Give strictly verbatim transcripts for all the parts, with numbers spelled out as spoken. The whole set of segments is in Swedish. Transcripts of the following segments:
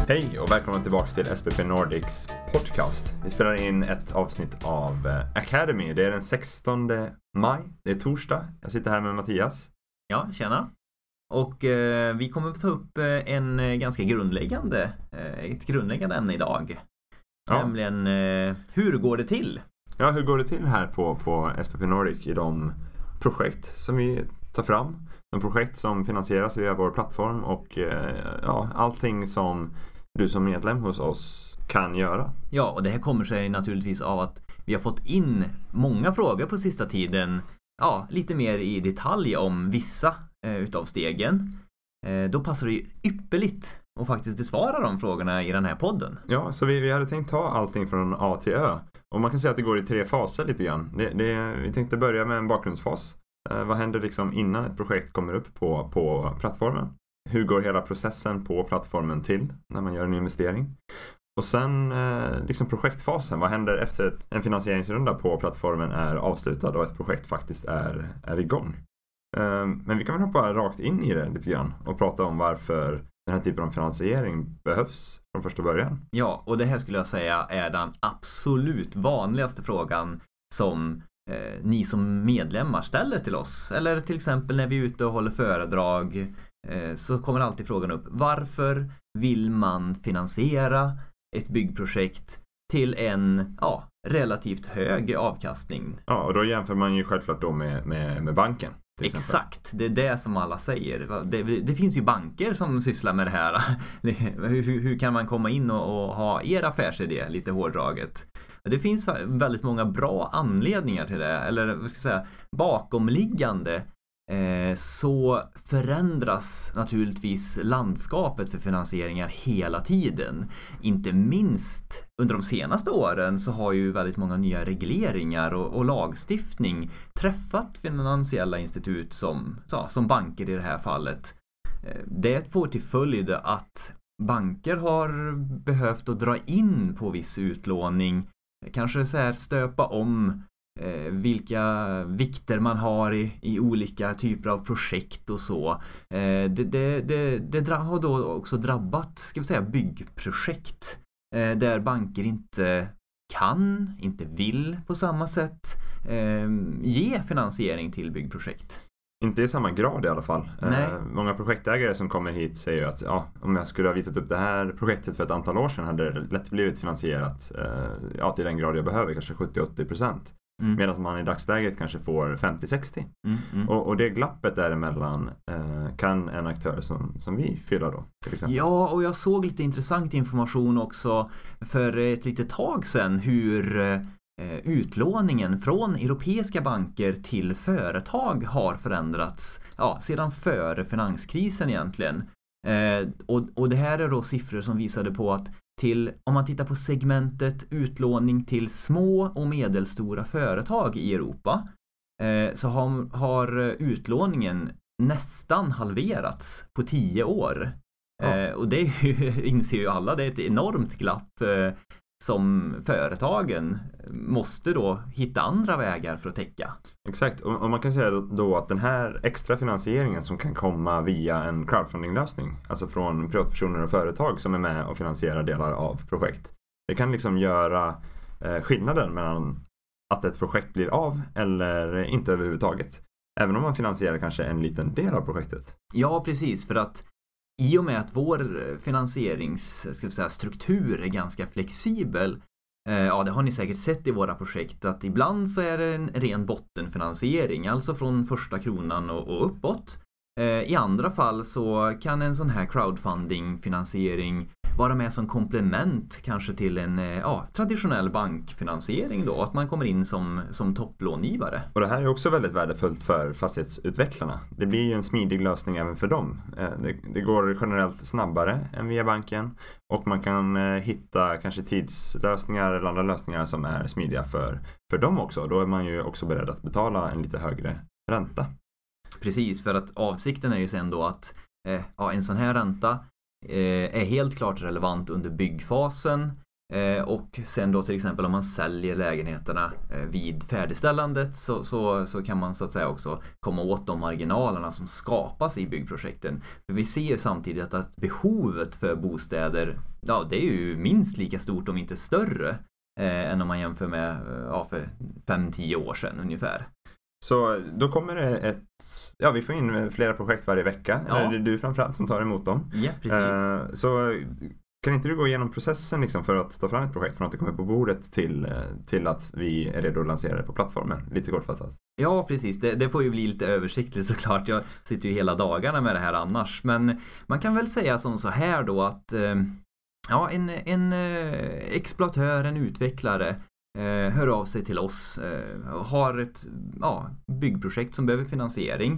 Hej och välkomna tillbaka till S P P Nordics podcast. Vi spelar in ett avsnitt av Academy. Det är den sextonde maj, det är torsdag. Jag sitter här med Mattias. Ja, tjena. Och eh, vi kommer att ta upp eh, en ganska grundläggande, eh, ett grundläggande ämne idag. Ja. Nämligen, eh, hur går det till? Ja, hur går det till här på, på S P P Nordic i de projekt som vi tar fram? De projekt som finansieras via vår plattform och eh, ja, allting som du som medlem hos oss kan göra. Ja, och det här kommer sig naturligtvis av att vi har fått in många frågor på sista tiden. Ja, lite mer i detalj om vissa eh, utav stegen. Eh, då passar det ju ypperligt att faktiskt besvara de frågorna i den här podden. Ja, så vi, vi hade tänkt ta allting från A till Ö. Och man kan säga att det går i tre faser lite grann. Det, det, vi tänkte börja med en bakgrundsfas. Eh, vad händer liksom innan ett projekt kommer upp på, på plattformen? Hur går hela processen på plattformen till när man gör en investering? Och sen eh, liksom projektfasen. Vad händer efter att en finansieringsrunda på plattformen är avslutad och ett projekt faktiskt är, är igång? Eh, men vi kan väl hoppa rakt in i det lite grann och prata om varför den här typen av finansiering behövs från första början. Ja, och det här skulle jag säga är den absolut vanligaste frågan som eh, ni som medlemmar ställer till oss. Eller till exempel när vi är ute och håller föredrag eh, så kommer alltid frågan upp: varför vill man finansiera ett byggprojekt till en ja, relativt hög avkastning? Ja, och då jämför man ju självklart då med, med, med banken. Exakt, det är det som alla säger. Det, det finns ju banker som sysslar med det här. hur, hur kan man komma in och, och ha er affärsidé lite hårdraget? Det finns väldigt många bra anledningar till det. Eller vad ska jag säga, bakomliggande eh, så förändras naturligtvis landskapet för finansieringar hela tiden. Inte minst under de senaste åren så har ju väldigt många nya regleringar och, och lagstiftning träffat finansiella institut som, så, som banker i det här fallet. Det får till följd att banker har behövt att dra in på viss utlåning, kanske så här stöpa om eh, vilka vikter man har i, i olika typer av projekt och så. Eh, det det, det, det har då också drabbat, ska vi säga, byggprojekt eh, där banker inte kan, inte vill på samma sätt eh, ge finansiering till byggprojekt. Inte i samma grad i alla fall. Nej. Eh, många projektägare som kommer hit säger att ja, om jag skulle ha visat upp det här projektet för ett antal år sedan hade det lätt blivit finansierat eh, ja, till den grad jag behöver, kanske sjuttio till åttio procent. Mm. Medan man i dagsläget kanske får femtio till sextio. Mm, mm. Och, och det glappet däremellan eh, kan en aktör som, som vi fylla då, till exempel. Ja, och jag såg lite intressant information också för ett litet tag sedan hur eh, utlåningen från europeiska banker till företag har förändrats ja, sedan före finanskrisen egentligen. Eh, och, och det här är då siffror som visade på att till, om man tittar på segmentet utlåning till små och medelstora företag i Europa eh, så har, har utlåningen nästan halverats på tio år. Ja. Eh, och det är ju, inser ju alla, det är ett enormt glapp eh, som företagen måste då hitta andra vägar för att täcka. Exakt, och, och man kan säga då att den här extra finansieringen som kan komma via en crowdfunding-lösning, alltså från privatpersoner och företag som är med och finansierar delar av projekt, det kan liksom göra eh, skillnaden mellan att ett projekt blir av eller inte överhuvudtaget. Även om man finansierar kanske en liten del av projektet. Ja, precis, för att i och med att vår finansierings, ska vi säga, struktur är ganska flexibel, eh, ja det har ni säkert sett i våra projekt att ibland så är det en ren bottenfinansiering, alltså från första kronan och, och uppåt. Eh, I andra fall så kan en sån här crowdfunding-finansiering vara med som komplement kanske till en ja, traditionell bankfinansiering då, att man kommer in som, som topplångivare. Och det här är också väldigt värdefullt för fastighetsutvecklarna. Det blir ju en smidig lösning även för dem. Det, det går generellt snabbare än via banken och man kan hitta kanske tidslösningar eller andra lösningar som är smidiga för, för dem också. Då är man ju också beredd att betala en lite högre ränta. Precis, för att avsikten är ju sen då att eh, ja, en sån här ränta är helt klart relevant under byggfasen Eh, och sen då till exempel om man säljer lägenheterna eh, vid färdigställandet så, så, så kan man så att säga också komma åt de marginalerna som skapas i byggprojekten. För vi ser ju samtidigt att behovet för bostäder, ja, det är ju minst lika stort om inte större eh, än om man jämför med ja, för fem till tio år sedan ungefär. Så då kommer det ett, ja vi får in flera projekt varje vecka. Ja. Det är du framförallt som tar emot dem. Ja, precis. Eh, så kan inte du gå igenom processen liksom för att ta fram ett projekt från att det kommer på bordet till, till att vi är redo att lansera det på plattformen? Lite kortfattat. Ja, precis. Det, det får ju bli lite översiktligt såklart. Jag sitter ju hela dagarna med det här annars. Men man kan väl säga som så här då att eh, ja, en, en eh, exploatör, en utvecklare eh, hör av sig till oss eh, och har ett ja, byggprojekt som behöver finansiering.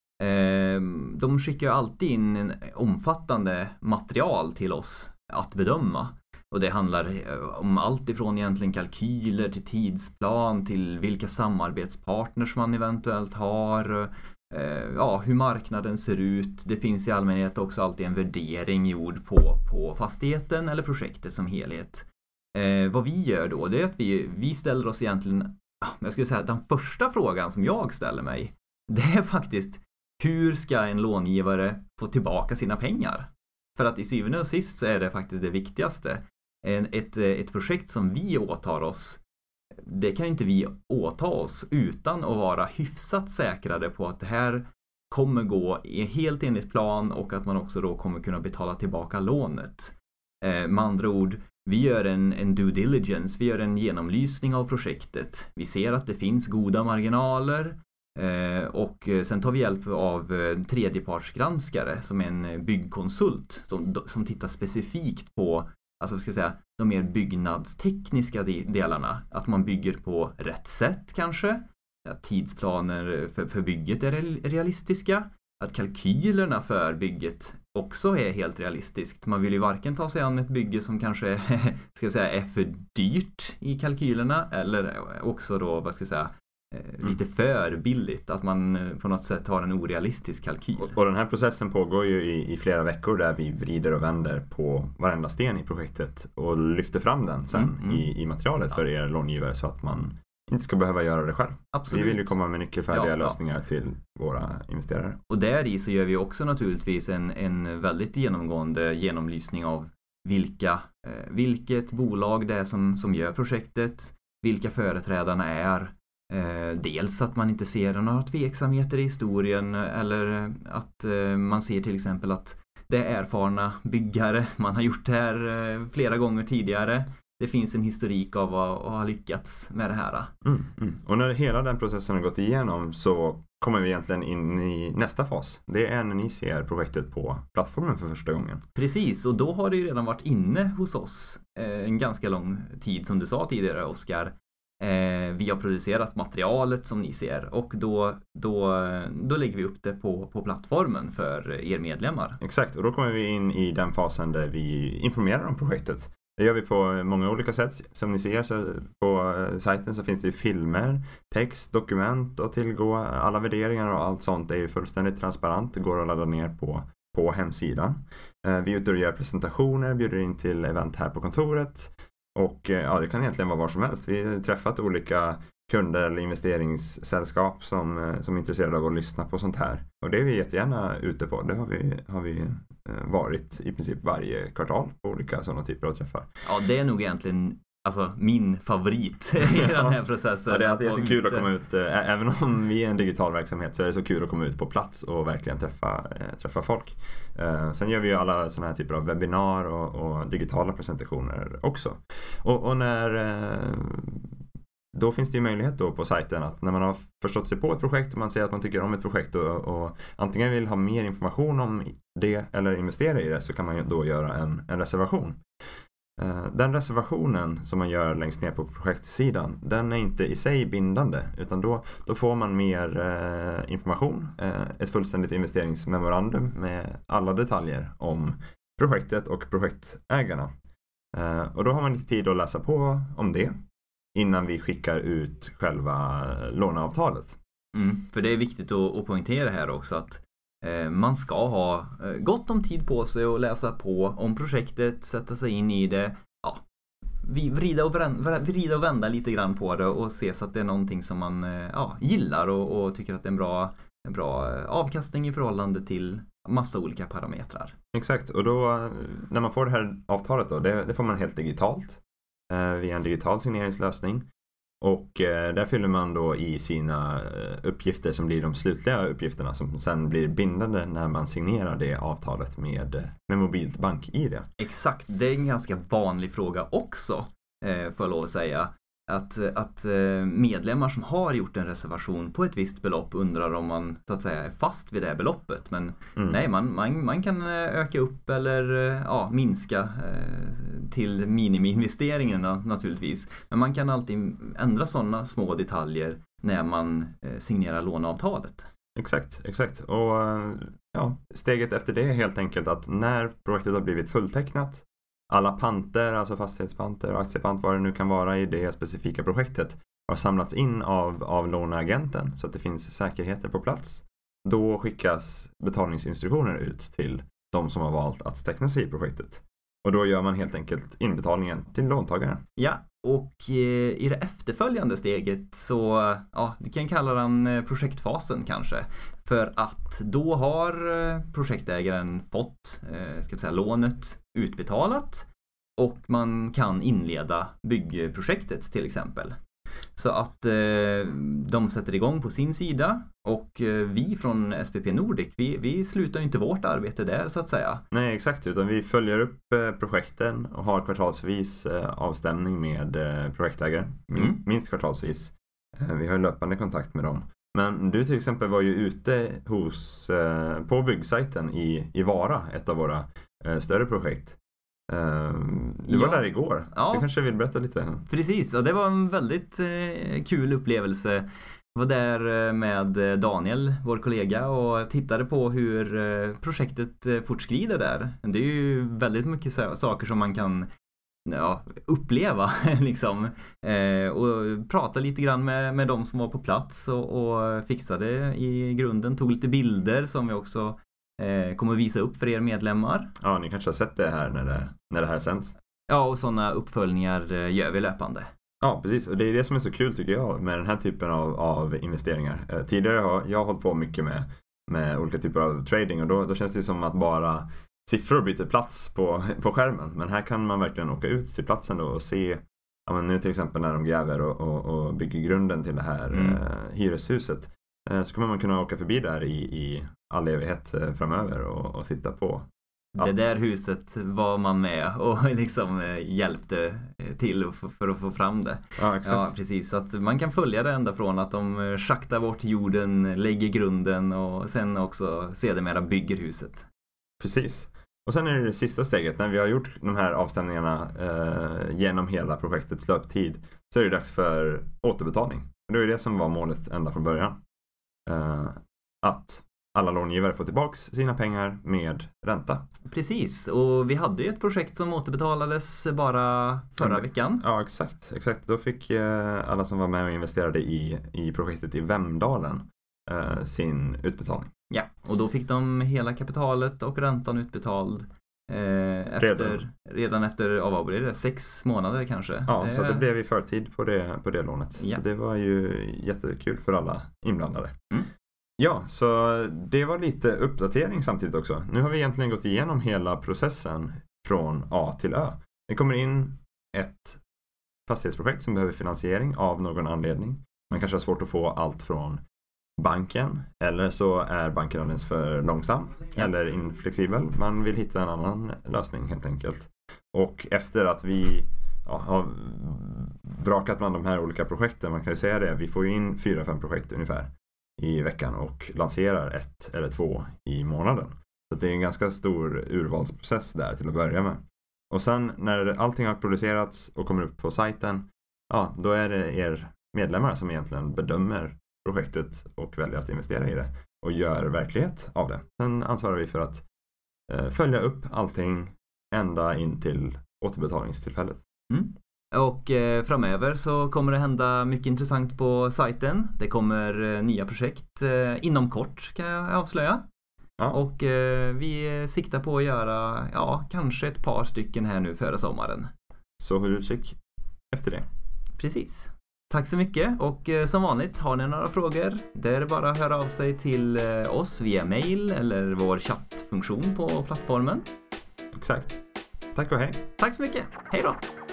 Eh, de skickar alltid in en omfattande material till oss att bedöma. Och det handlar om allt ifrån egentligen kalkyler till tidsplan till vilka samarbetspartners man eventuellt har. Eh, ja, hur marknaden ser ut. Det finns i allmänhet också alltid en värdering gjord på, på fastigheten eller projektet som helhet. Eh, vad vi gör då, det är att vi, vi ställer oss egentligen, jag skulle säga den första frågan som jag ställer mig, det är faktiskt hur ska en långivare få tillbaka sina pengar? För att i syvende och sist så är det faktiskt det viktigaste. En, ett, ett projekt som vi åtar oss, det kan inte vi åta oss utan att vara hyfsat säkrade på att det här kommer gå helt enligt plan och att man också då kommer kunna betala tillbaka lånet. Eh, med andra ord, vi gör en, en due diligence, vi gör en genomlysning av projektet. Vi ser att det finns goda marginaler. Eh, och sen tar vi hjälp av eh, tredjepartsgranskare som är en byggkonsult som, som tittar specifikt på, alltså ska jag säga, de mer byggnadstekniska de, delarna. Att man bygger på rätt sätt kanske, att tidsplaner för, för bygget är realistiska, att kalkylerna för bygget också är helt realistiskt. Man vill ju varken ta sig an ett bygge som kanske ska jag säga, är för dyrt i kalkylerna eller också då, vad ska jag säga, lite för billigt, att man på något sätt har en orealistisk kalkyl. Och, och den här processen pågår ju i, i flera veckor där vi vrider och vänder på varenda sten i projektet och lyfter fram den sen mm, mm. I, i materialet ja. För er långivare så att man inte ska behöva göra det själv. Absolut. Vi vill ju komma med nyckelfärdiga ja, lösningar ja. Till våra investerare. Och där i så gör vi också naturligtvis en, en väldigt genomgående genomlysning av vilka, eh, vilket bolag det är som, som gör projektet, vilka företrädarna är. Eh, dels att man inte ser några tveksamheter i historien eller att eh, man ser till exempel att det är erfarna byggare, man har gjort det här eh, flera gånger tidigare. Det finns en historik av att, att ha lyckats med det här. Mm, mm. Och när hela den processen har gått igenom så kommer vi egentligen in i nästa fas. Det är när ni ser projektet på plattformen för första gången. Precis, och då har det ju redan varit inne hos oss eh, en ganska lång tid som du sa tidigare, Oskar. Eh, vi har producerat materialet som ni ser och då, då, då lägger vi upp det på, på plattformen för er medlemmar. Exakt, och då kommer vi in i den fasen där vi informerar om projektet. Det gör vi på många olika sätt. Som ni ser så på sajten så finns det filmer, text, dokument att tillgå. Alla värderingar och allt sånt är ju fullständigt transparent. Det går att ladda ner på, på hemsidan. Eh, vi är ute och gör presentationer, bjuder in till event här på kontoret. Och ja, det kan egentligen vara var som helst. Vi har träffat olika kunder eller investeringssällskap som, som är intresserade av att lyssna på sånt här. Och det är vi jättegärna ute på. Det har vi, har vi varit i princip varje kvartal på olika sådana typer av träffar. Ja, det är nog egentligen alltså, min favorit i den här processen. Ja, det är alltid jättekul att komma ut. Även om vi är en digital verksamhet så är det så kul att komma ut på plats och verkligen träffa, träffa folk. Sen gör vi ju alla sådana här typer av webbinar och, och digitala presentationer också. Och, och när... Då finns det ju möjlighet då på sajten att när man har förstått sig på ett projekt och man säger att man tycker om ett projekt och, och antingen vill ha mer information om det eller investera i det så kan man ju då göra en, en reservation. Den reservationen som man gör längst ner på projektsidan, den är inte i sig bindande utan då, då får man mer eh, information, eh, ett fullständigt investeringsmemorandum med alla detaljer om projektet och projektägarna. Eh, och då har man lite tid att läsa på om det innan vi skickar ut själva låneavtalet. Mm, för det är viktigt att, att poängtera här också att eh, man ska ha eh, gott om tid på sig att läsa på om projektet, sätta sig in i det. Ja, vi vrida och, vrän, vrida och vända lite grann på det och se så att det är någonting som man ja, gillar och, och tycker att det är en bra, en bra avkastning i förhållande till massa olika parametrar. Exakt, och då när man får det här avtalet då, det, det får man helt digitalt eh, via en digital signeringslösning. Och eh, där fyller man då i sina uppgifter som blir de slutliga uppgifterna som sen blir bindande när man signerar det avtalet med, med mobilt bank-I D. Exakt, det är en ganska vanlig fråga också, eh, får jag lov att säga. Att, att medlemmar som har gjort en reservation på ett visst belopp undrar om man så att säga är fast vid det beloppet. Men mm. nej, man, man, man kan öka upp eller ja, minska eh, till minimiinvesteringen naturligtvis. Men man kan alltid ändra sådana små detaljer när man eh, signerar låneavtalet. Exakt, exakt. Och ja, steget efter det är helt enkelt att när projektet har blivit fulltecknat, alla panter, alltså fastighetspanter och aktiepant, vad det nu kan vara i det specifika projektet, har samlats in av, av låneagenten så att det finns säkerheter på plats. Då skickas betalningsinstruktioner ut till de som har valt att teckna sig i projektet. Och då gör man helt enkelt inbetalningen till låntagaren. Ja, och i det efterföljande steget så, ja, vi kan kalla den projektfasen kanske. För att då har projektägaren fått, ska vi säga, lånet utbetalat och man kan inleda byggprojektet till exempel. Så att eh, de sätter igång på sin sida och eh, vi från S P P Nordic, vi, vi slutar ju inte vårt arbete där så att säga. Nej, exakt, utan vi följer upp eh, projekten och har kvartalsvis eh, avstämning med eh, projektägare, minst, mm. minst kvartalsvis. Eh, vi har löpande kontakt med dem. Men du till exempel var ju ute hos, eh, på byggsajten i, i Vara, ett av våra eh, större projekt. Du var ja. där igår. Ja. Du kanske vill berätta lite. Precis, och det var en väldigt eh, kul upplevelse. Jag var där med Daniel, vår kollega, och tittade på hur eh, projektet eh, fortskrider där. Det är ju väldigt mycket så- saker som man kan ja, uppleva liksom. Eh, och prata lite grann med, med de som var på plats och, och fixade i grunden. Tog lite bilder som vi också kommer visa upp för er medlemmar. Ja, ni kanske har sett det här när det, när det här sänds. Ja, och sådana uppföljningar gör vi löpande. Ja, precis. Och det är det som är så kul tycker jag med den här typen av, av investeringar. Eh, tidigare har jag hållit på mycket med, med olika typer av trading och då, då känns det som att bara siffror byter plats på, på skärmen. Men här kan man verkligen åka ut till platsen då och se, ja, men nu till exempel när de gräver och, och, och bygger grunden till det här mm. eh, hyreshuset. Så kommer man kunna åka förbi där i, i all evighet framöver och, och titta på allt. Det där huset var man med och liksom hjälpte till för, för att få fram det. Ja, exakt. Ja, precis. Så att man kan följa det ända från att de schaktar bort jorden, lägger grunden och sen också sedermera bygger huset. Precis. Och sen är det det sista steget. När vi har gjort de här avstämningarna eh, genom hela projektets löptid så är det dags för återbetalning. Det är det som var målet ända från början. Uh, att alla långivare får tillbaks sina pengar med ränta. Precis, och vi hade ju ett projekt som återbetalades bara förra mm. veckan. Ja, exakt. exakt. Då fick uh, alla som var med och investerade i, i projektet i Vemdalen uh, sin utbetalning. Ja, och då fick de hela kapitalet och räntan utbetald eh, efter, redan. redan efter, ja, vad blev det? Sex månader kanske. Ja, det... så det blev i förtid på det, på det lånet. Ja. Så det var ju jättekul för alla inblandade. Mm. Ja, så det var lite uppdatering samtidigt också. Nu har vi egentligen gått igenom hela processen från A till Ö. Det kommer in ett fastighetsprojekt som behöver finansiering av någon anledning. Man kanske har svårt att få allt från banken, eller så är banken alldeles för långsam ja. eller inflexibel. Man vill hitta en annan lösning helt enkelt. Och efter att vi ja, har vrakat bland de här olika projekten, man kan ju säga det, vi får ju in fyra, fem projekt ungefär i veckan och lanserar ett eller två i månaden. Så det är en ganska stor urvalsprocess där till att börja med. Och sen när allting har producerats och kommer upp på sajten, ja, då är det er medlemmar som egentligen bedömer projektet och väljer att investera i det och gör verklighet av det. Sen ansvarar vi för att eh, följa upp allting ända in till återbetalningstillfället. Mm. Och eh, framöver så kommer det hända mycket intressant på sajten. Det kommer eh, nya projekt eh, inom kort, kan jag avslöja. Ja. Och eh, vi siktar på att göra ja, kanske ett par stycken här nu före sommaren. Så håll utkik efter det. Precis. Tack så mycket, och eh, som vanligt, har ni några frågor, det är det bara att höra av sig till eh, oss via mail eller vår chattfunktion på plattformen. Exakt. Tack och hej. Tack så mycket. Hej då!